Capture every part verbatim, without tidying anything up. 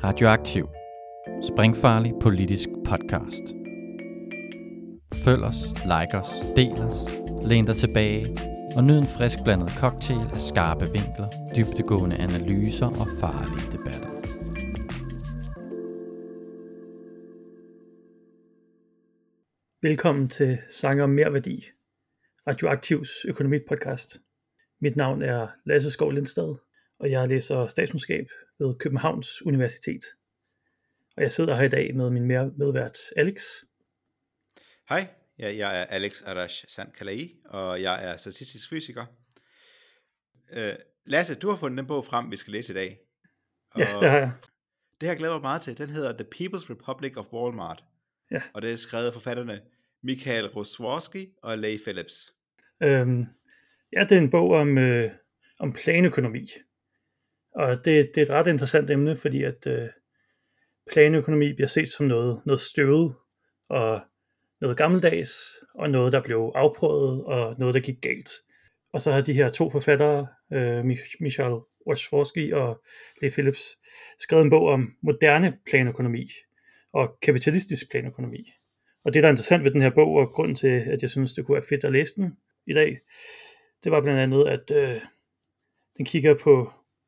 Radioaktiv. Springfarlig politisk podcast. Følg os, like os, del os, læn dig tilbage og nyd en frisk blandet cocktail af skarpe vinkler, dybdegående analyser og farlige debatter. Velkommen til Sange om Merværdi, Radioaktivs økonomipodcast. Mit navn er Lasse Skov Lindstad, og jeg læser statskundskab ved Københavns Universitet. Og jeg sidder her i dag med min medvært Alex. Hej, ja, jeg er Alex Arash Sandkalai, og jeg er statistisk fysiker. Uh, Lasse, du har fundet den bog frem, vi skal læse i dag. Og ja, det har jeg. Det har jeg glædet mig meget til. Den hedder The People's Republic of Walmart. Ja. Og det er skrevet af forfatterne Michael Rozwadowski og Leigh Phillips. Øhm, ja, det er en bog om, øh, om planøkonomi. Og det, det er et ret interessant emne, fordi at øh, planøkonomi bliver set som noget, noget støvet og noget gammeldags, og noget, der blev afprøvet, og noget, der gik galt. Og så har de her to forfattere, øh, Michael Rozwadowski og Leigh Phillips, skrevet en bog om moderne planøkonomi og kapitalistisk planøkonomi. Og det, der er interessant ved den her bog, og grunden til, at jeg synes, det kunne være fedt at læse den i dag, det var blandt andet, at øh, den kigger på,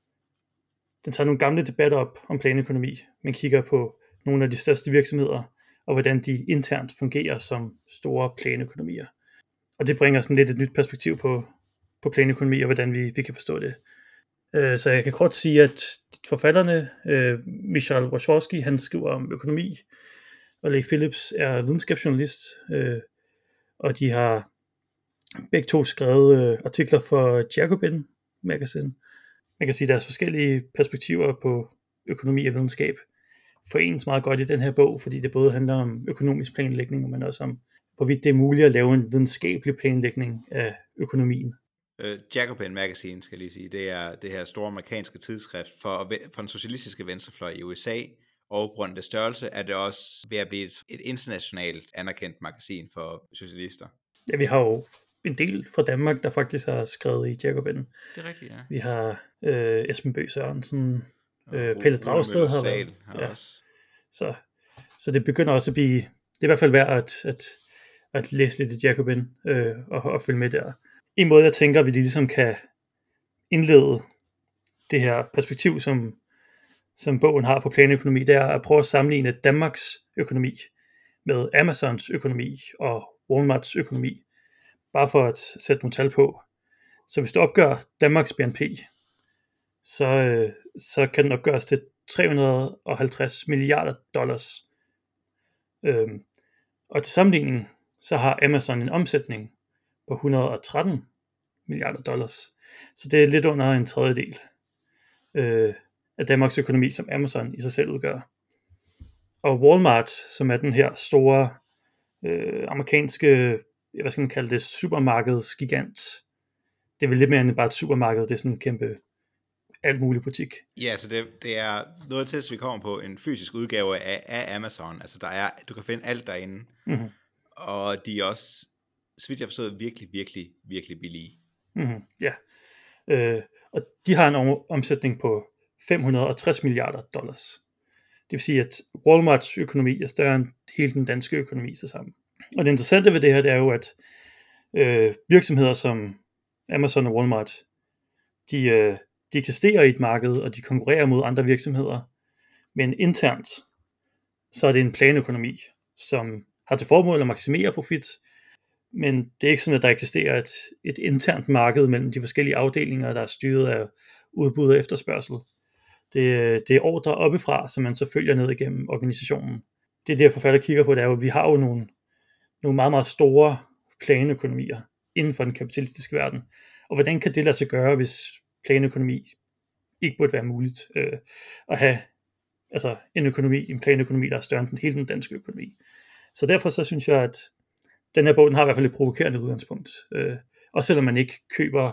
den tager nogle gamle debatter op om planøkonomi, men kigger på nogle af de største virksomheder, og hvordan de internt fungerer som store planøkonomier. Og det bringer sådan lidt et nyt perspektiv på, på planøkonomi, og hvordan vi, vi kan forstå det. Øh, så jeg kan kort sige, at forfatterne, øh, Michael Rozwadowski, han skriver om økonomi, og Leigh Phillips er videnskabsjournalist, øh, og de har begge to skrevet øh, artikler for Jacobin Magazine. Man kan sige, at deres forskellige perspektiver på økonomi og videnskab forenes meget godt i den her bog, fordi det både handler om økonomisk planlægning, men også om, hvorvidt det er muligt at lave en videnskabelig planlægning af økonomien. Uh, Jacobin Magazine, skal jeg lige sige, det er det her store amerikanske tidsskrift for, for den socialistiske venstrefløj i U S A, og på grund af det størrelse er det også ved at blive et, et internationalt anerkendt magasin for socialister. Ja, vi har jo en del fra Danmark, der faktisk har skrevet i Jacobin. Det er rigtigt, ja. Vi har øh, Esben Bøgh Sørensen, øh, Pelle Dragsted har været. Har ja. også. Så, så det begynder også at blive, det er i hvert fald værd at, at, at læse lidt i Jacobin øh, og, og følge med der. En måde, jeg tænker, at vi ligesom kan indlede det her perspektiv, som, som bogen har på planøkonomi, det er at prøve at sammenligne Danmarks økonomi med Amazons økonomi og Walmarts økonomi. Bare for at sætte nogle tal på. Så hvis du opgør Danmarks B N P, så, øh, så kan den opgøres til tre hundrede og halvtreds milliarder dollars. Øhm, og til sammenligning, så har Amazon en omsætning på et hundrede og tretten milliarder dollars. Så det er lidt under en tredjedel øh, af Danmarks økonomi, som Amazon i sig selv udgør. Og Walmart, som er den her store øh, amerikanske, hvad skal man kalde det, supermarkedsgigant. Det er vel lidt mere end bare et supermarked, det er sådan en kæmpe alt mulig butik. Ja, så det, det er noget til, at vi kommer på en fysisk udgave af, af Amazon. Altså der er, du kan finde alt derinde. Mm-hmm. Og de er også, så vidt jeg forstår, virkelig, virkelig, virkelig billige. Mm-hmm. Ja. Øh, og de har en omsætning på fem hundrede og tres milliarder dollars. Det vil sige, at Walmarts økonomi er større end hele den danske økonomi til sammen. Og det interessante ved det her, det er jo, at øh, virksomheder som Amazon og Walmart, de, øh, de eksisterer i et marked, og de konkurrerer mod andre virksomheder. Men internt, så er det en planøkonomi, som har til formål at maksimere profit, men det er ikke sådan, at der eksisterer et, et internt marked mellem de forskellige afdelinger, der er styret af udbud og efterspørgsel. Det, det er ordre oppefra, som man så følger ned igennem organisationen. Det er det, forfatter kigger på, det er jo, at vi har jo nogle, nogle meget, meget store planøkonomier inden for den kapitalistiske verden. Og hvordan kan det lade sig gøre, hvis planøkonomi ikke burde være muligt øh, at have altså en økonomi, en planøkonomi, der er større end den, hele den danske økonomi. Så derfor så synes jeg, at den her bog, den har i hvert fald et provokerende udgangspunkt. Øh, og selvom man ikke køber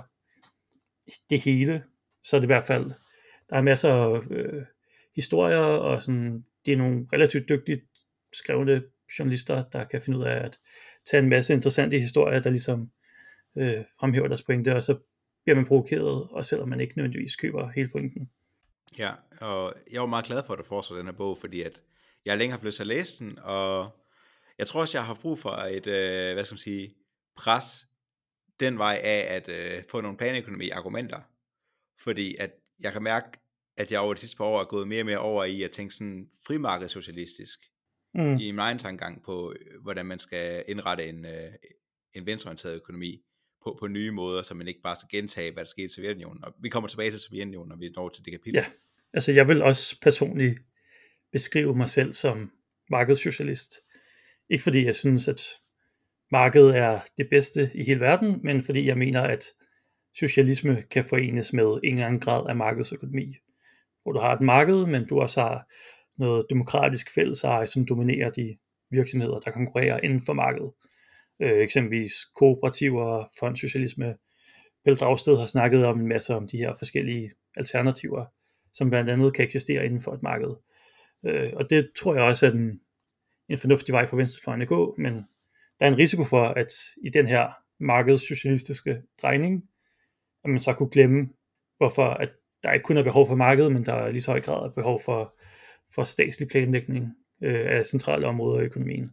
det hele, så er det i hvert fald, der er masser af øh, historier, og sådan, det er nogle relativt dygtigt skrevne journalister, der kan finde ud af at tage en masse interessante historier, der ligesom øh, fremhæver deres pointe, og så bliver man provokeret, og selvom man ikke nødvendigvis køber hele pointen. Ja, og jeg var meget glad for, at du foreslår den her bog, fordi at jeg længe har haft lyst til at læse den, og jeg tror også, jeg har brug for et, øh, hvad skal man sige, pres den vej af at øh, få nogle planøkonomi-argumenter, fordi at jeg kan mærke, at jeg over de sidste par år er gået mere og mere over i at tænke sådan frimarkedssocialistisk, Mm. i min egen tankegang på, hvordan man skal indrette en, øh, en venstreorienteret økonomi på, på nye måder, så man ikke bare skal gentage, hvad der skete i Sovjetunionen. Og vi kommer tilbage til Sovjetunionen, når vi når til det kapitel. Ja, altså jeg vil også personligt beskrive mig selv som markedssocialist. Ikke fordi jeg synes, at markedet er det bedste i hele verden, men fordi jeg mener, at socialisme kan forenes med en eller anden grad af markedsøkonomi. Hvor du har et marked, men du også har noget demokratisk fælleseje, som dominerer de virksomheder, der konkurrerer inden for markedet. Øh, eksempelvis kooperativer, fondsocialisme. Pelle Dragsted har snakket om en masse om de her forskellige alternativer, som blandt andet kan eksistere inden for et marked. Øh, og det tror jeg også er en, en fornuftig vej for venstrefløjen at gå, men der er en risiko for, at i den her markedssocialistiske drejning, at man så kunne glemme, hvorfor at der ikke kun er behov for markedet, men der er lige så høj grad af behov for, for statslig planlægning øh, af centrale områder i økonomien.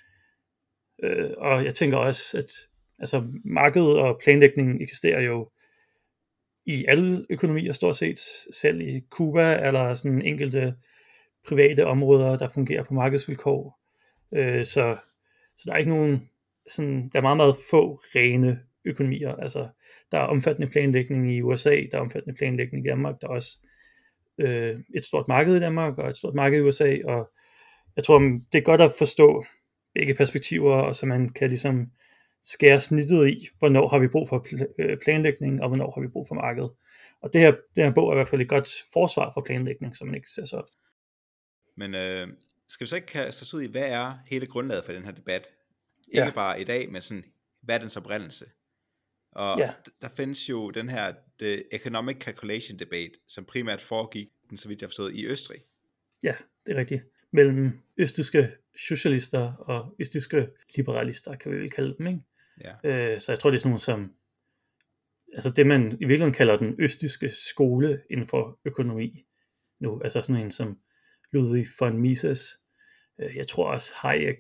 Øh, og jeg tænker også, at altså, markedet og planlægningen eksisterer jo i alle økonomier stort set, selv i Cuba eller sådan enkelte private områder, der fungerer på markedsvilkår. Øh, så, så der er ikke nogen, sådan, der er meget, meget få rene økonomier. Altså, der er omfattende planlægning i U S A, der er omfattende planlægning i Danmark, der er også øh, et stort marked i Danmark og et stort marked i U S A, og jeg tror, det er godt at forstå begge perspektiver, og så man kan ligesom skære snittet i, hvornår har vi brug for planlægning, og hvornår har vi brug for markedet. Og det her, det her bog er i hvert fald et godt forsvar for planlægning, så man ikke ser så. Men øh, skal vi så ikke kaste os ud i, hvad er hele grundlaget for den her debat? Ikke Ja. bare i dag, men sådan, hvad er dens oprindelse? Og Ja. der findes jo den her the Economic Calculation Debate, som primært foregik, så vidt jeg har forstået, i Østrig. Ja, det er rigtigt. Mellem østrigske socialister og østrigske liberalister, kan vi vel kalde dem, ikke? Ja. Øh, så jeg tror, det er sådan nogle som, altså det man i virkeligheden kalder den østrigske skole inden for økonomi nu, altså sådan en som Ludwig von Mises. Øh, jeg tror også Hayek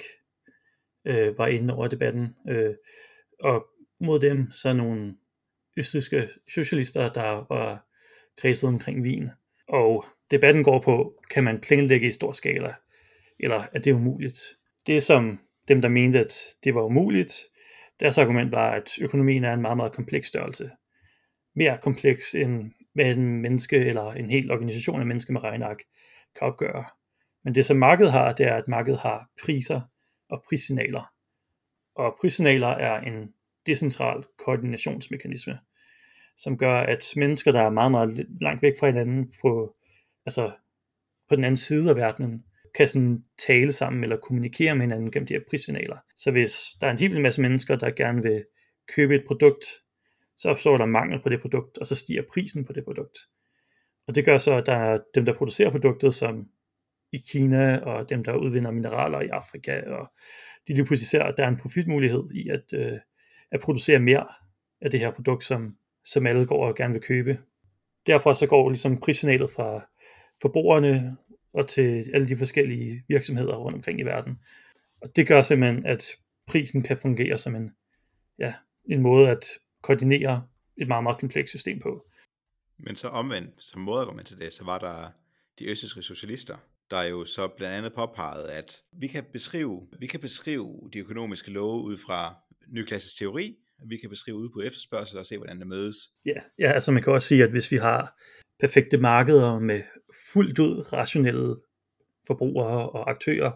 øh, var inde over debatten, øh, og mod dem så nogle østrigske socialister, der var kredset omkring Wien. Og debatten går på, kan man planlægge i stor skala, eller er det umuligt? Det som dem, der mente, at det var umuligt, deres argument var, at økonomien er en meget, meget kompleks størrelse. Mere kompleks end med en menneske eller en hel organisation af mennesker med regneark kan opgøre. Men det som markedet har, det er, at markedet har priser og prissignaler. Og prissignaler er en decentral koordinationsmekanisme, som gør, at mennesker, der er meget, meget langt væk fra hinanden på, altså på den anden side af verdenen, kan sådan tale sammen eller kommunikere med hinanden gennem de her prissignaler. Så hvis der er en hel masse mennesker, der gerne vil købe et produkt, så opstår der mangel på det produkt, og så stiger prisen på det produkt. Og det gør så, at der er dem, der producerer produktet, som i Kina, og dem, der udvinder mineraler i Afrika, og de lige pludselig ser, at der er en profitmulighed i at, øh, at producere mere af det her produkt, som, som alle går og gerne vil købe. Derfor så går ligesom prissignalet fra forbrugerne og til alle de forskellige virksomheder rundt omkring i verden. Og det gør simpelthen, at prisen kan fungere som en, ja, en måde at koordinere et meget, meget komplekst system på. Men så omvendt, som modargument til det, så var der de østrigske socialister, der jo så blandt andet påpegede, at vi kan beskrive, vi kan beskrive de økonomiske love ud fra nyklassisk teori, vi kan beskrive udbud og efterspørgsel og se, hvordan det mødes. Ja, ja, altså man kan også sige, at hvis vi har perfekte markeder med fuldt ud rationelle forbrugere og aktører,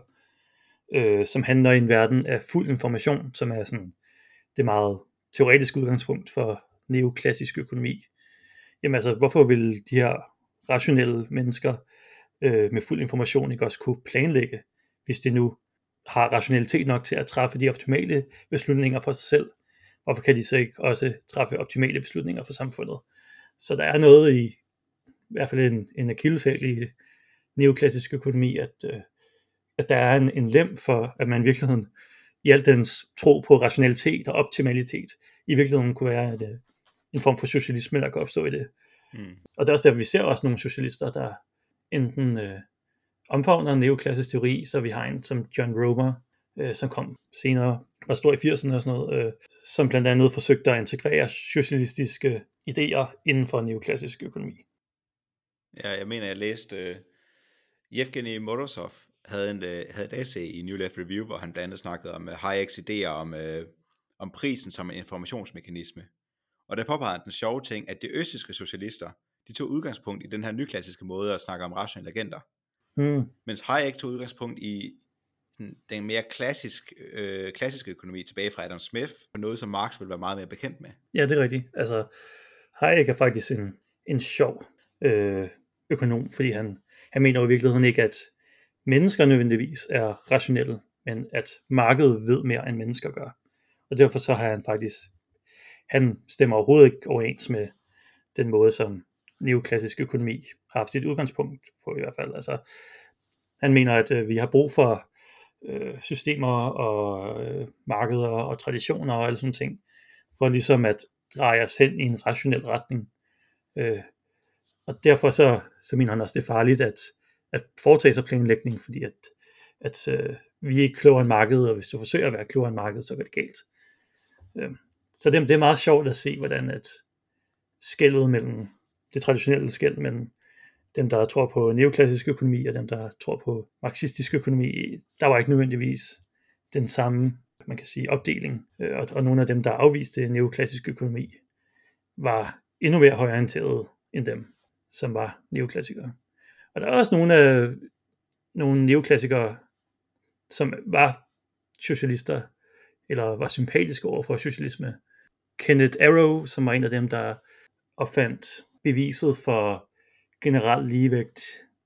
øh, som handler i en verden af fuld information, som er sådan det meget teoretiske udgangspunkt for neoklassisk økonomi. Jamen altså, hvorfor vil de her rationelle mennesker øh, med fuld information ikke også kunne planlægge, hvis de nu har rationalitet nok til at træffe de optimale beslutninger for sig selv? Hvorfor kan de så ikke også træffe optimale beslutninger for samfundet? Så der er noget i, i hvert fald en, en akilleshæl i neoklassisk økonomi, at, øh, at der er en, en lem for, at man i virkeligheden, i al dens tro på rationalitet og optimalitet, i virkeligheden kunne være et, en form for socialisme, der kan opstå i det. Mm. Og det er også der, vi ser også nogle socialister, der enten øh, omfavner neoklassisk teori, så vi har en som John Romer, øh, som kom senere, var stor i firserne og sådan noget, øh, som blandt andet forsøgte at integrere socialistiske idéer inden for neoklassisk økonomi. Ja, jeg mener, jeg læste, uh, Yevgeny Morozov havde, en, uh, havde et essay i New Left Review, hvor han blandt andet snakkede om uh, Hayeks idéer om, uh, om prisen som en informationsmekanisme. Og der påpegede han den sjove ting, at de østrigske socialister, de tog udgangspunkt i den her nyklassiske måde at snakke om rationelle agenter. Mm. Mens Hayek tog udgangspunkt i den mere klassisk, øh, klassiske økonomi tilbage fra Adam Smith, og noget som Marx ville være meget mere bekendt med. Ja, det er rigtigt. Altså, Hayek er faktisk en, en sjov øh, økonom, fordi han, han mener jo i virkeligheden ikke, at mennesker nødvendigvis er rationelle, men at markedet ved mere, end mennesker gør. Og derfor så har han faktisk, han stemmer overhovedet ikke overens med den måde, som neoklassisk økonomi har haft sit udgangspunkt på i hvert fald. Altså, han mener, at øh, vi har brug for øh, systemer og øh, markeder og traditioner og alle sådan ting, for ligesom at dreje os hen i en rationel retning. Øh, og derfor så, så mener han også, det er farligt at, at foretage sig planlægning, fordi at, at øh, vi er ikke klogere end markedet, og hvis du forsøger at være klogere end markedet, så går det galt. Øh, så det, det er meget sjovt at se, hvordan at skellet mellem det traditionelle skel mellem dem, der tror på neoklassisk økonomi, og dem, der tror på marxistisk økonomi, der var ikke nødvendigvis den samme, man kan sige, opdeling. Og, og nogle af dem, der afviste neoklassisk økonomi, var endnu mere højorienterede end dem, som var neoklassikere. Og der er også nogle af nogle neoklassikere, som var socialister, eller var sympatiske over for socialisme. Kenneth Arrow, som var en af dem, der opfandt beviset for generel ligevægt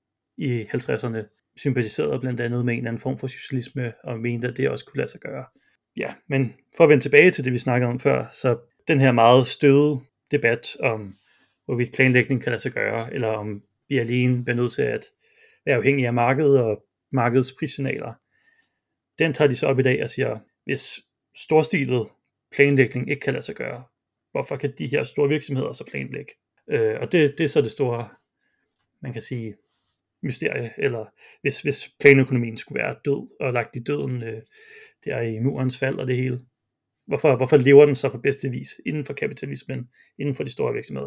i halvtredserne, sympatiserede blandt andet med en eller anden form for socialisme, og mente, at det også kunne lade sig gøre. Ja, men for at vende tilbage til det, vi snakkede om før, så den her meget støde debat om, hvorvidt planlægning kan lade sig gøre, eller om vi alene bliver nødt til at være afhængige af markedet og markedets prissignaler, den tager de så op i dag og siger, hvis storstilet planlægning ikke kan lade sig gøre, hvorfor kan de her store virksomheder så planlægge? Øh, og det, det er så det store, man kan sige, mysterie, eller hvis, hvis planøkonomien skulle være død, og lagt i døden øh, der i murens fald og det hele. Hvorfor, hvorfor lever den så på bedste vis inden for kapitalismen, inden for de store virksomheder?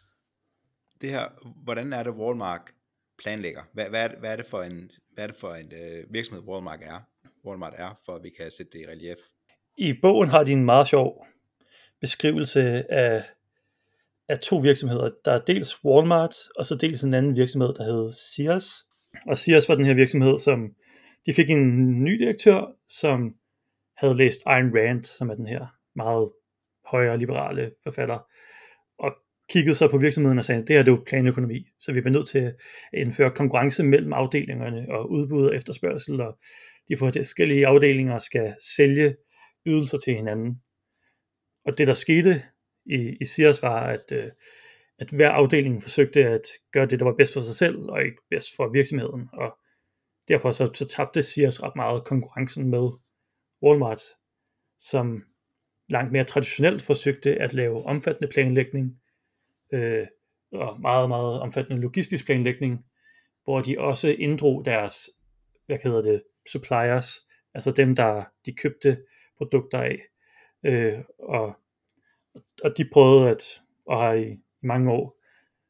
Det her, hvordan er det Walmart planlægger? Hvad, hvad, er, det, hvad er det for en, hvad er det for en øh, virksomhed Walmart er? Walmart er, for at vi kan sætte det i relief. I bogen har de en meget sjov beskrivelse af, af to virksomheder. Der er dels Walmart, og så dels en anden virksomhed, der hedder Sears. Og Sears var den her virksomhed, som de fik en ny direktør, som havde læst Ayn Rand, som er den her meget højere liberale forfatter, og kiggede så på virksomheden og sagde, det her det er jo planøkonomi, så vi bliver nødt til at indføre konkurrence mellem afdelingerne og udbud og efterspørgsel, og de forskellige afdelinger skal sælge ydelser til hinanden. Og det der skete i, i Sears var, at, at hver afdeling forsøgte at gøre det, der var bedst for sig selv, og ikke bedst for virksomheden, og derfor så, så tabte Sears ret meget konkurrencen med Walmart, som langt mere traditionelt forsøgte at lave omfattende planlægning, øh, og meget, meget omfattende logistisk planlægning, hvor de også inddrog deres, hvad hedder det, suppliers, altså dem, der de købte produkter af, øh, og, og de prøvede at, og har i, i mange år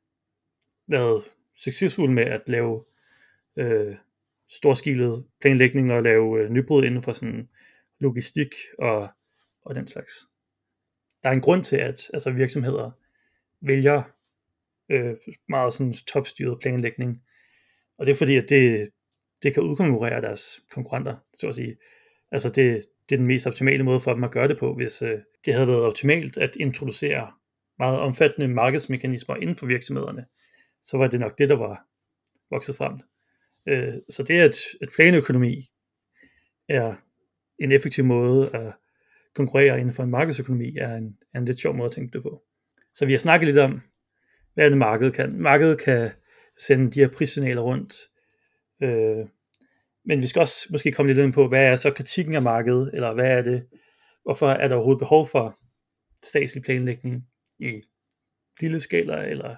været succesfulde med at lave øh, storskilet planlægning og lave øh, nybrud inden for sådan logistik og, og den slags. Der er en grund til, at altså virksomheder vælger øh, meget sådan topstyret planlægning, og det er fordi, at det, det kan udkonkurrere deres konkurrenter, så at sige. Altså det, det er den mest optimale måde for dem at gøre det på, hvis øh, det havde været optimalt at introducere meget omfattende markedsmekanismer inden for virksomhederne, så var det nok det, der var vokset frem. Øh, så det, at, at planøkonomi er en effektiv måde at konkurrere inden for en markedsøkonomi, er en, er en lidt sjov måde at tænke det på. Så vi har snakket lidt om, hvad det markedet kan. Markedet kan sende de her prissignaler rundt, øh, men vi skal også måske komme lidt ind på, hvad er så kritikken af markedet, eller hvad er det, hvorfor er der overhovedet behov for statslig planlægning i lille skala, eller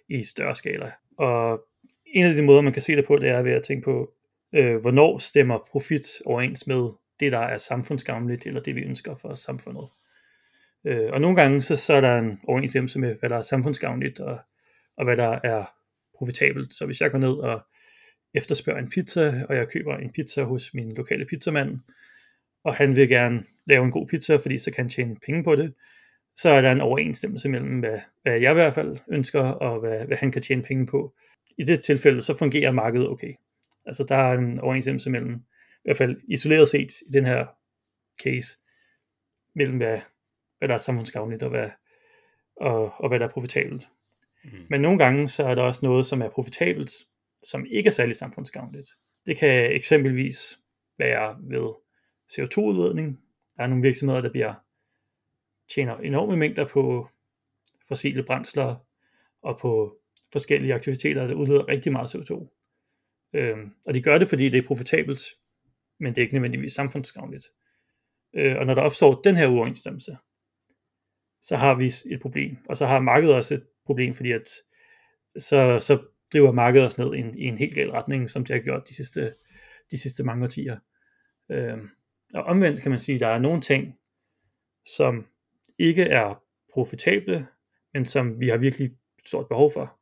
i større skala. Og en af de måder, man kan se det på, det er ved at tænke på, øh, hvornår stemmer profit overens med det, der er samfundsgavnligt, eller det, vi ønsker for samfundet. Øh, og nogle gange, så, så er der en overensstemmelse med, hvad der er samfundsgavnligt, og, og hvad der er profitabelt. Så hvis jeg går ned og efterspørger en pizza, og jeg køber en pizza hos min lokale pizzamand, og han vil gerne lave en god pizza, fordi så kan han tjene penge på det, så er der en overensstemmelse mellem, hvad, hvad jeg i hvert fald ønsker, og hvad, hvad han kan tjene penge på. I det tilfælde, så fungerer markedet okay. Altså der er en overensstemmelse mellem, i hvert fald isoleret set i den her case, mellem hvad, hvad der er samfundsgavnligt, og hvad, og, og hvad der er profitabelt. Mm. Men nogle gange, så er der også noget, som er profitabelt, som ikke er særlig samfundsgavnligt. Det kan eksempelvis være ved C O to udledning. Der er nogle virksomheder, der bliver tjener enorme mængder på fossile brændsler og på forskellige aktiviteter, der udleder rigtig meget C O to. Øhm, og de gør det, fordi det er profitabelt, men det er ikke nødvendigvis samfundsgavnligt. Øh, og når der opstår den her uoverensstemmelse, så har vi et problem. Og så har markedet også et problem, fordi at så, så driver markedet os ned i en, i en helt gal retning, som det har gjort de sidste, de sidste mange årtier. Øhm, og omvendt kan man sige, at der er nogle ting, som ikke er profitable, men som vi har virkelig stort behov for.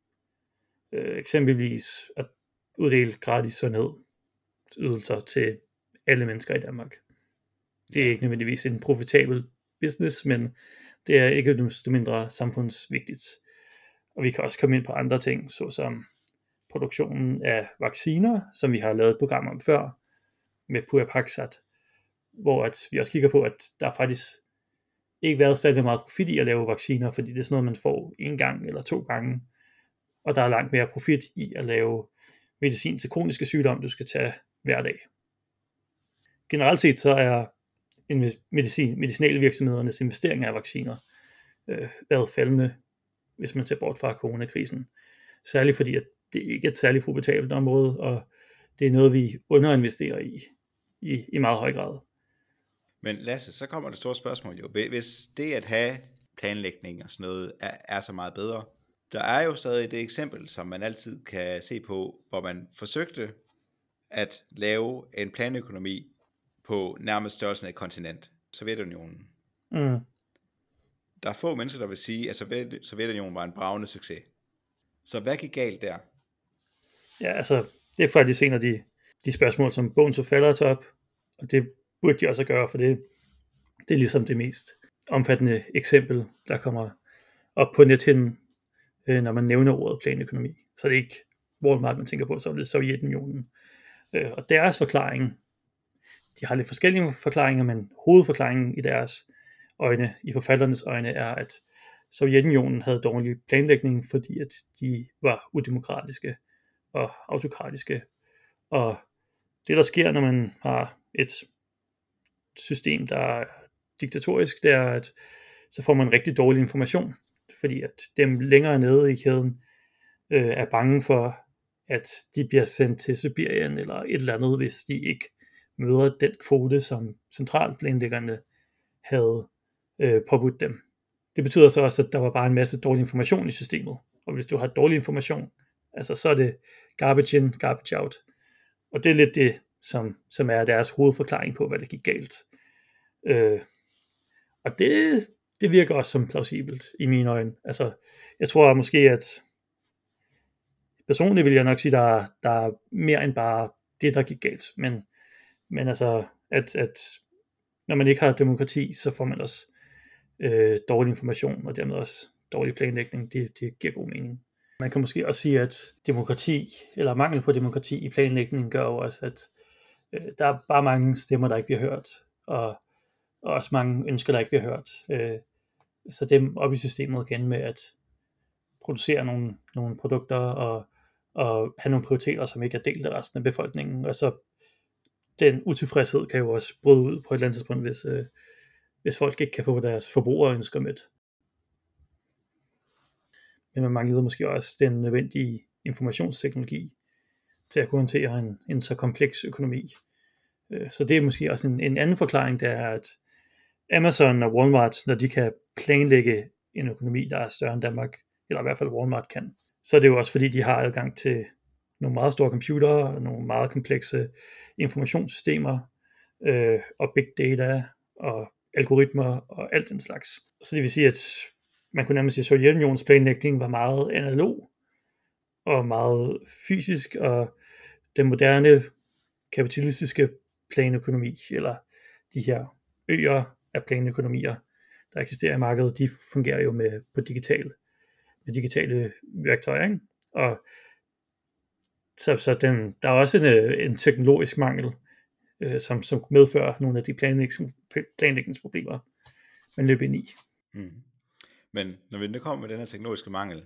Øh, eksempelvis at uddele gratis sundhedsydelser til alle mennesker i Danmark. Det er ikke nødvendigvis en profitabel business, men det er ikke desto mindre samfundsvigtigt. Og vi kan også komme ind på andre ting, såsom produktionen af vacciner, som vi har lavet et program om før, med Puripaxat, hvor at vi også kigger på, at der faktisk ikke været særlig meget profit i at lave vacciner, fordi det er sådan noget, man får en gang eller to gange, og der er langt mere profit i at lave medicin til kroniske sygdomme, du skal tage hver dag. Generelt set så er medicin, medicinalvirksomhedernes investeringer af vacciner øh, været faldende, hvis man ser bort fra coronakrisen. Særligt fordi, at det ikke er et særligt profitabelt område, og det er noget, vi underinvesterer i, i, i meget høj grad. Men Lasse, så kommer det store spørgsmål jo. Hvis det at have planlægning og sådan noget er, er så meget bedre, der er jo stadig det eksempel, som man altid kan se på, hvor man forsøgte at lave en planøkonomi på nærmest størrelsen af et kontinent, Sovjetunionen. Mm. Der er få mennesker, der vil sige, at Sovjetunionen var en bragende succes. Så hvad gik galt der? Ja, altså, det er faktisk en af de, de spørgsmål, som bogens forfatter tager op, og det burde de også gøre, for det, det er ligesom det mest omfattende eksempel, der kommer op på nethinden, øh, når man nævner ordet planøkonomi. Så det er ikke Walmart, man tænker på, så er det Sovjetunionen. Øh, og deres forklaring, de har lidt forskellige forklaringer, men hovedforklaringen i deres øjne, i forfatternes øjne, er, at Sovjetunionen havde dårlig planlægning, fordi at de var udemokratiske og autokratiske. Og det, der sker, når man har et system, der er diktatorisk, det er, at så får man rigtig dårlig information, fordi at dem længere nede i kæden øh, er bange for, at de bliver sendt til Sibirien eller et eller andet, hvis de ikke møder den kvote, som centralplanlæggerne havde øh, påbudt dem. Det betyder så også, at der var bare en masse dårlig information i systemet. Og hvis du har dårlig information, altså så er det garbage in, garbage out. Og det er lidt det, som, som er deres hovedforklaring på, hvad der gik galt. Øh, og det, det virker også som plausibelt i mine øjne. Altså, jeg tror måske, at personligt vil jeg nok sige, at der, der er mere end bare det, der gik galt. Men, men altså, at, at når man ikke har demokrati, så får man også øh, dårlig information, og dermed også dårlig planlægning. Det, det giver god mening. Man kan måske også sige, at demokrati, eller mangel på demokrati i planlægningen, gør jo også, at øh, der er bare mange stemmer, der ikke bliver hørt, og, og også mange ønsker, der ikke bliver hørt. Øh, så dem op i systemet igen med at producere nogle, nogle produkter, og, og have nogle prioriteter, som ikke er delt af resten af befolkningen, og så den utilfredshed kan jo også bryde ud på et eller andet tidspunkt, hvis, øh, hvis folk ikke kan få deres forbrugerønsker med. Men man manglede måske også den nødvendige informationsteknologi til at kunne håndtere en, en så kompleks økonomi. Så det er måske også en, en anden forklaring, der er, at Amazon og Walmart, når de kan planlægge en økonomi, der er større end Danmark, eller i hvert fald Walmart kan. Så er det jo også fordi, de har adgang til nogle meget store computere, nogle meget komplekse informationssystemer, øh, og big data, og algoritmer, og alt den slags. Så det vil sige, at man kunne nærmest sige, at Sovjetunionens planlægning var meget analog, og meget fysisk, og den moderne kapitalistiske planøkonomi, eller de her øer af planøkonomier, der eksisterer i markedet, de fungerer jo med, på digital, med digitale værktøjer, ikke? Og så, så den, der er også en, en teknologisk mangel, øh, som, som medfører nogle af de planlægnings, planlægningsproblemer, man løber ind i. Mm. Men når vi nu kommer med den her teknologiske mangel,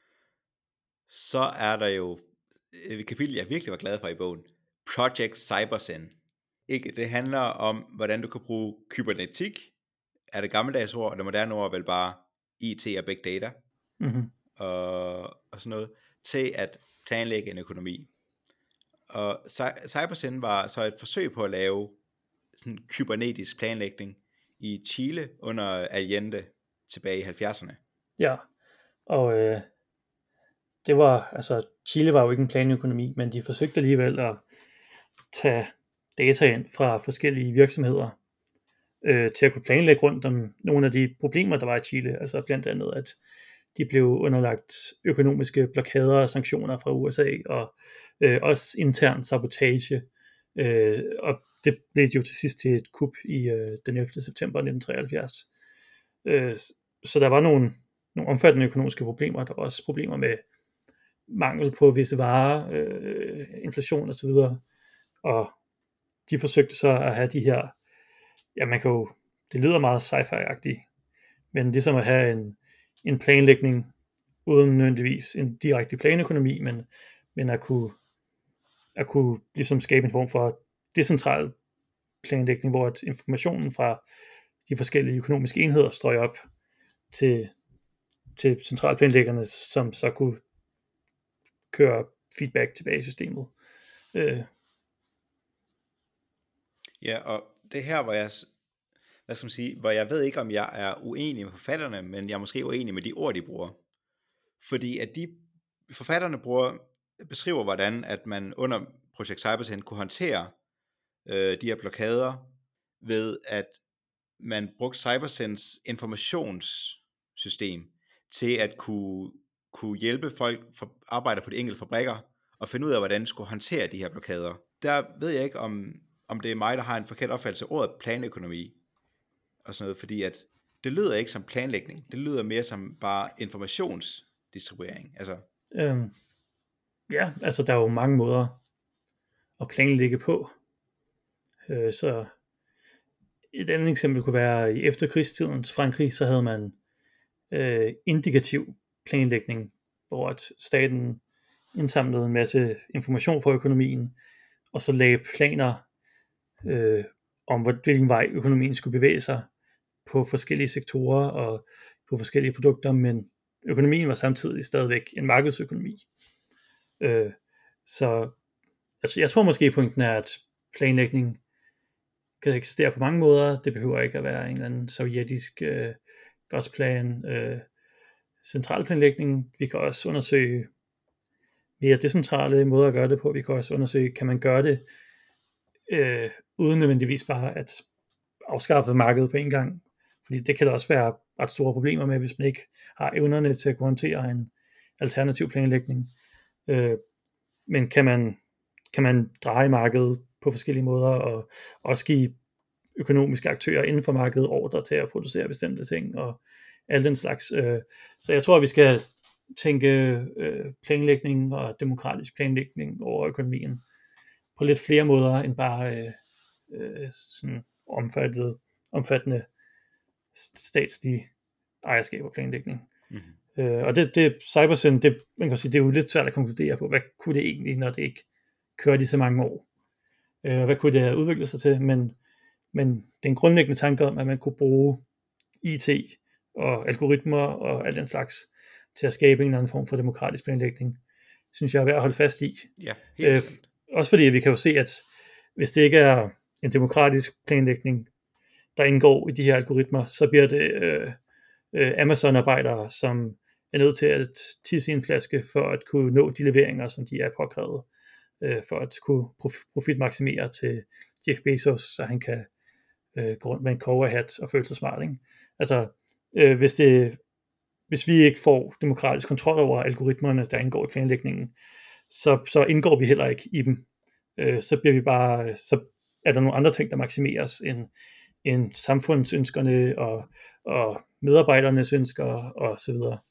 så er der jo et kapitel, jeg virkelig var glad for i bogen, Project Cybersyn. Ikke, det handler om, hvordan du kan bruge kybernetik, er det gammeldags ord, og det moderne ord er vel bare I T og big data, Mm-hmm. og, og sådan noget, til at planlægge en økonomi. Og Cybersyn var så et forsøg på at lave sådan en kybernetisk planlægning i Chile under Allende tilbage i halvfjerdserne. Ja, og øh, det var, altså Chile var jo ikke en planøkonomi, men de forsøgte alligevel at tage data ind fra forskellige virksomheder, øh, til at kunne planlægge rundt om nogle af de problemer, der var i Chile, altså blandt andet, at de blev underlagt økonomiske blokader og sanktioner fra U S A, og øh, også intern sabotage, øh, og det blev jo til sidst til et kup i øh, den ellevte september nitten treoghalvfjerds. Øh, så der var nogle, nogle omfattende økonomiske problemer, der var også problemer med mangel på visse varer, øh, inflation osv., og de forsøgte så at have de her, ja, man kan jo, det lyder meget sci-fi-agtigt, men det er som at have en, en planlægning, uden nødvendigvis en direkte planøkonomi, men, men at kunne, at kunne ligesom skabe en form for decentral planlægning, hvor at informationen fra de forskellige økonomiske enheder strøg op til, til centralplanlæggerne, som så kunne køre feedback tilbage i systemet. Øh. Ja, og det her, hvor jeg, hvad skal man sige, hvor jeg ved ikke, om jeg er uenig med forfatterne, men jeg er måske uenig med de ord, de bruger. Fordi at de forfatterne bruger, beskriver, hvordan at man under Project Cybersyn kunne håndtere øh, de her blokader, ved at man brugte Cybersyns informationssystem til at kunne, kunne hjælpe folk, for arbejder på de enkelte fabrikker, og finde ud af, hvordan de skulle håndtere de her blokader. Der ved jeg ikke, om, om det er mig, der har en forkert opfattelse af ordet planøkonomi, og sådan noget, fordi at det lyder ikke som planlægning, det lyder mere som bare informationsdistribuering. Altså. Øhm, ja, altså der er jo mange måder at planlægge på. Øh, så et andet eksempel kunne være i efterkrigstidens Frankrig, så havde man øh, indikativ planlægning, hvor at staten indsamlede en masse information for økonomien, og så lagde planer øh, om, hvilken vej økonomien skulle bevæge sig på forskellige sektorer og på forskellige produkter, men økonomien var samtidig stadigvæk en markedsøkonomi. Øh, så altså, jeg tror måske pointen er, at planlægning kan eksistere på mange måder. Det behøver ikke at være en eller anden sovjetisk øh, godsplan, øh, centralplanlægning. Vi kan også undersøge mere decentrale måder at gøre det på. Vi kan også undersøge, kan man gøre det øh, uden nødvendigvis bare at afskaffe markedet på en gang. Fordi det kan der også være ret store problemer med, hvis man ikke har evnerne til at kunne håndtere en alternativ planlægning. Øh, men kan man, kan man dreje markedet på forskellige måder, og også give økonomiske aktører inden for markedet ordre til at producere bestemte ting, og alt den slags. Øh, så jeg tror, at vi skal tænke øh, planlægning og demokratisk planlægning over økonomien på lidt flere måder, end bare øh, øh, sådan omfattende, omfattende statslig ejerskab og planlægning. Mm-hmm. Øh, og det, det Cybersyn, det, man kan sige, det er jo lidt svært at konkludere på, hvad kunne det egentlig, når det ikke kørte i så mange år. Øh, hvad kunne det have udviklet sig til, men, men det er en grundlæggende tanke om, at man kunne bruge I T og algoritmer og alt den slags til at skabe en eller anden form for demokratisk planlægning, synes jeg er værd at holde fast i. Ja, helt øh, også fordi vi kan jo se, at hvis det ikke er en demokratisk planlægning, der indgår i de her algoritmer, så bliver det øh, øh, Amazon-arbejdere, som er nødt til at tisse i en flaske for at kunne nå de leveringer, som de er påkrævet, øh, for at kunne profitmaksimere til Jeff Bezos, så han kan øh, gå rundt med en cowboyhat og føle sig smart, ikke? Altså, øh, hvis, det, hvis vi ikke får demokratisk kontrol over algoritmerne, der indgår i planlægningen, så, så indgår vi heller ikke i dem. Øh, så bliver vi bare, så er der nogle andre ting, der maksimeres end, end samfundsønskerne og, og medarbejdernes ønsker og så videre.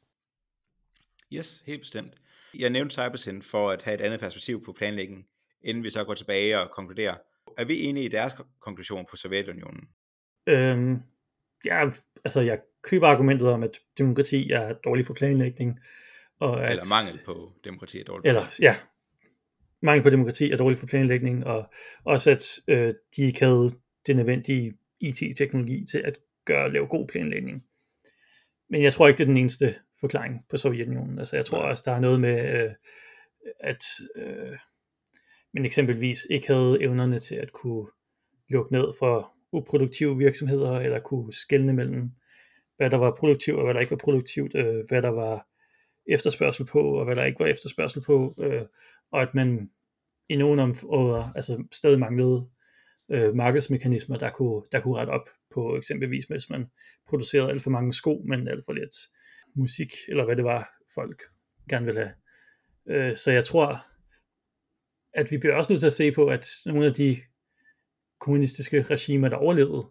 Yes, helt bestemt. Jeg nævnte Cybersyn for at have et andet perspektiv på planlægning, inden vi så går tilbage og konkluderer. Er vi enige i deres konklusion på Sovjetunionen? Øhm, ja, altså jeg køber argumentet om, at demokrati er dårligt for planlægning. Og at, eller mangel på demokrati er dårligt for Eller, ja, mangel på demokrati er dårligt for planlægning, og også at øh, de ikke havde det nødvendige I T-teknologi til at gøre lave god planlægning. Men jeg tror ikke, det er den eneste forklaring på Sovjetunionen. Altså jeg tror også, der er noget med, øh, at øh, man eksempelvis ikke havde evnerne til at kunne lukke ned for uproduktive virksomheder, eller kunne skelne mellem, hvad der var produktivt og hvad der ikke var produktivt, øh, hvad der var efterspørgsel på, og hvad der ikke var efterspørgsel på, øh, og at man i nogle områder altså stadig manglede øh, markedsmekanismer, der kunne, der kunne rette op på eksempelvis, hvis man producerede alt for mange sko, men alt for lidt musik, eller hvad det var, folk gerne ville have. Øh, så jeg tror, at vi bliver også nødt til at se på, at nogle af de kommunistiske regimer, der overlevede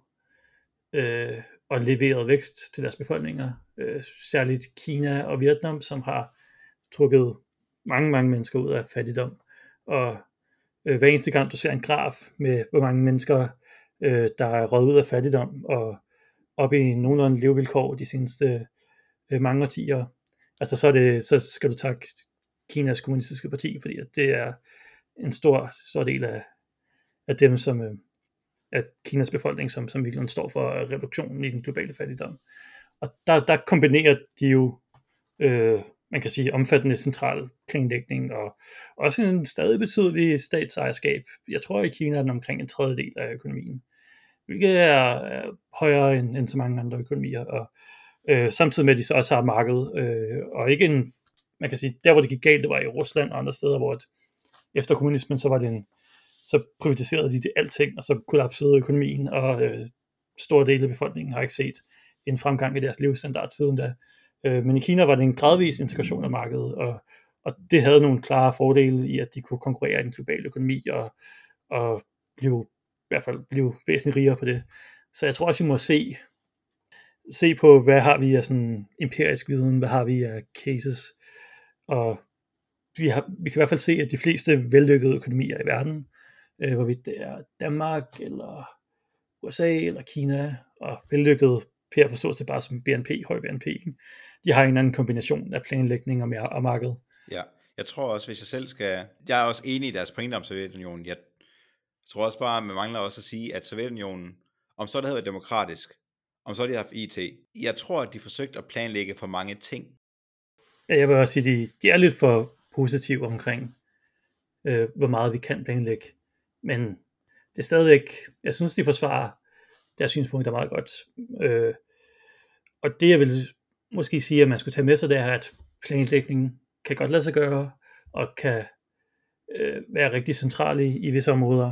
øh, og leverede vækst til deres befolkninger, øh, særligt Kina og Vietnam, som har trukket mange, mange mennesker ud af fattigdom. Og øh, hver eneste gang du ser en graf med, hvor mange mennesker, øh, der er røget ud af fattigdom og op i nogenlunde levevilkår de seneste øh, mange årtier, altså så, er det, så skal du takke Kinas kommunistiske parti, fordi at det er en stor, stor del af, af dem, som øh, af Kinas befolkning, som, som virkelig står for reduktionen i den globale fattigdom. Og der, der kombinerer de jo, øh, man kan sige, omfattende central planlægning, og også en stadig betydelig statsejerskab. Jeg tror, i Kina er den omkring en tredjedel af økonomien, hvilket er, er højere end, end så mange andre økonomier, og øh, samtidig med, at de så også har marked, øh, og ikke en, man kan sige, der hvor det gik galt, det var i Rusland og andre steder, hvor et, efter kommunismen, så var det en så privatiserede de det alting, og så kollapsede økonomien, og øh, store dele af befolkningen har ikke set en fremgang i deres levestandard siden da. Øh, men i Kina var det en gradvis integration af markedet, og, og det havde nogle klare fordele i, at de kunne konkurrere i den globale økonomi, og, og blive, i hvert fald blive væsentligt rigere på det. Så jeg tror også, vi må se, se på, hvad har vi af sådan empirisk viden, hvad har vi af cases, og vi, har, vi kan i hvert fald se, at de fleste vellykkede økonomier i verden, Øh, hvorvidt det er Danmark, eller U S A, eller Kina, og vellykket per forstås det bare som B N P, høj B N P, ikke? De har en anden kombination af planlægning og, og marked. Ja, jeg tror også, hvis jeg selv skal, jeg er også enig i deres pointe om Sovjetunionen, jeg tror også bare, man mangler også at sige, at Sovjetunionen, om så det havde været demokratisk, om så de har haft I T, jeg tror, at de forsøgte at planlægge for mange ting. Ja, jeg vil også sige, de, de er lidt for positive omkring, øh, hvor meget vi kan planlægge. Men det er stadigvæk, jeg synes, de forsvarer deres synspunkter meget godt. Øh, og det jeg vil måske sige, at man skulle tage med sig, det er, at planlægning kan godt lade sig gøre, og kan øh, være rigtig central i, i visse områder.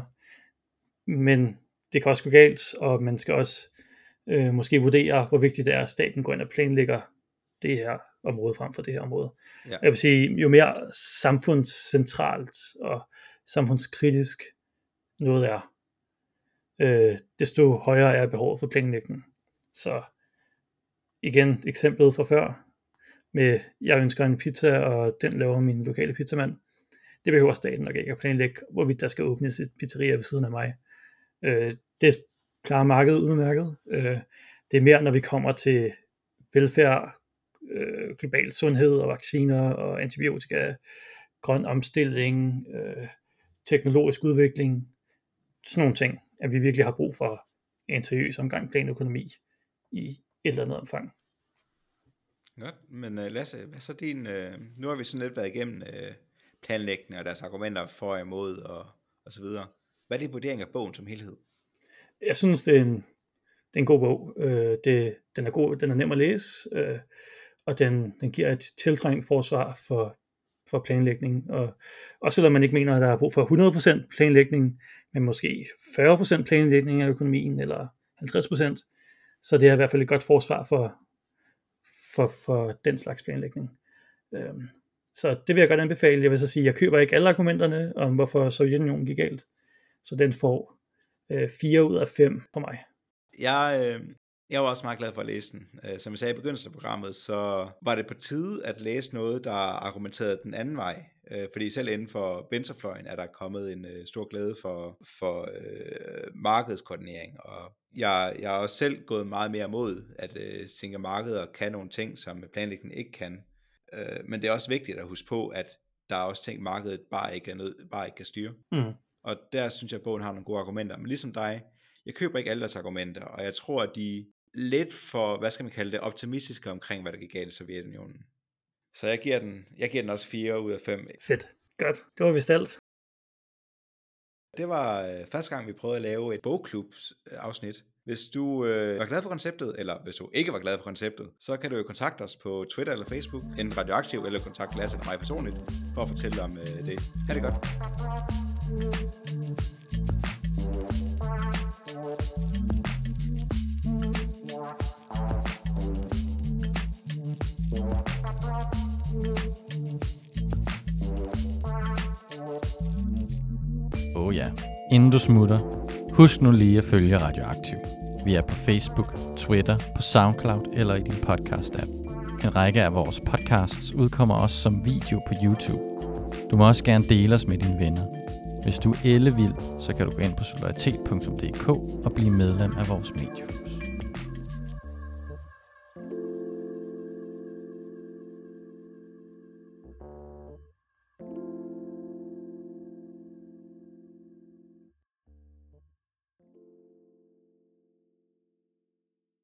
Men det kan også gå galt, og man skal også øh, måske vurdere, hvor vigtigt det er, at staten går ind og planlægger det her område frem for det her område. Ja. Jeg vil sige, jo mere samfundscentralt og samfundskritisk noget er, øh, desto højere er behovet for planlægning. Så igen, eksemplet fra før, med jeg ønsker en pizza, og den laver min lokale pizzamand. Det behøver staten nok ikke at planlægge, hvorvidt der skal åbnes et pizzeria ved siden af mig. Øh, det klarer markedet udmærket. Øh, det er mere, når vi kommer til velfærd, øh, global sundhed og vacciner og antibiotika, grøn omstilling, øh, teknologisk udvikling, sådan nogle ting, at vi virkelig har brug for en seriøs omgang planøkonomi i et eller andet omfang. Godt, men uh, Lasse, hvad så din, uh, nu har vi sådan lidt været igennem uh, planlægning og deres argumenter for og imod og, og så videre. Hvad er din vurdering af bogen som helhed? Jeg synes, det er en, det er en god bog. Uh, det, den er god, den er nem at læse, uh, og den, den giver et tiltrængt forsvar for, for planlægning. Og også selvom man ikke mener, at der er brug for hundrede procent planlægning, men måske fyrre procent planlægning af økonomien, eller halvtreds procent, så det er i hvert fald et godt forsvar for, for, for den slags planlægning. Øhm, så det vil jeg godt anbefale. Jeg vil så sige, at jeg køber ikke alle argumenterne om, hvorfor Sovjetunionen gik galt. Så den får øh, fire ud af fem for mig. Jeg, øh, jeg var også meget glad for at læse den. Som jeg sagde i begyndelsen af programmet, så var det på tide at læse noget, der argumenterede den anden vej. Fordi selv inden for venstrefløjen er der kommet en øh, stor glæde for, for øh, markedskoordinering. Og jeg, jeg er også selv gået meget mere mod at øh, tænke, markeder kan nogle ting, som planlægning ikke kan. Øh, men det er også vigtigt at huske på, at der er også ting, markedet bare ikke, er nød, bare ikke kan styre. Mm. Og der synes jeg, at bogen har nogle gode argumenter. Men ligesom dig, jeg køber ikke alle deres argumenter, og jeg tror, at de er lidt for, hvad skal man kalde det, optimistiske omkring, hvad der gik galt i Sovjetunionen. Så jeg giver den, jeg giver den også fire ud af fem. Fedt. Godt. Det var vist alt. Det var øh, første gang, vi prøvede at lave et bogklubs-afsnit. Hvis du øh, var glad for konceptet, eller hvis du ikke var glad for konceptet, så kan du jo kontakte os på Twitter eller Facebook, enten Radioaktiv, eller kontakte Lasse eller mig personligt, for at fortælle om øh, det. Ha' det godt. Åh oh ja, inden du smutter, husk nu lige at følge Radioaktiv. Vi er på Facebook, Twitter, på SoundCloud eller i din podcast-app. En række af vores podcasts udkommer også som video på YouTube. Du må også gerne dele os med dine venner. Hvis du er ellevild, så kan du gå ind på solidaritet punktum d k og blive medlem af vores mediehus.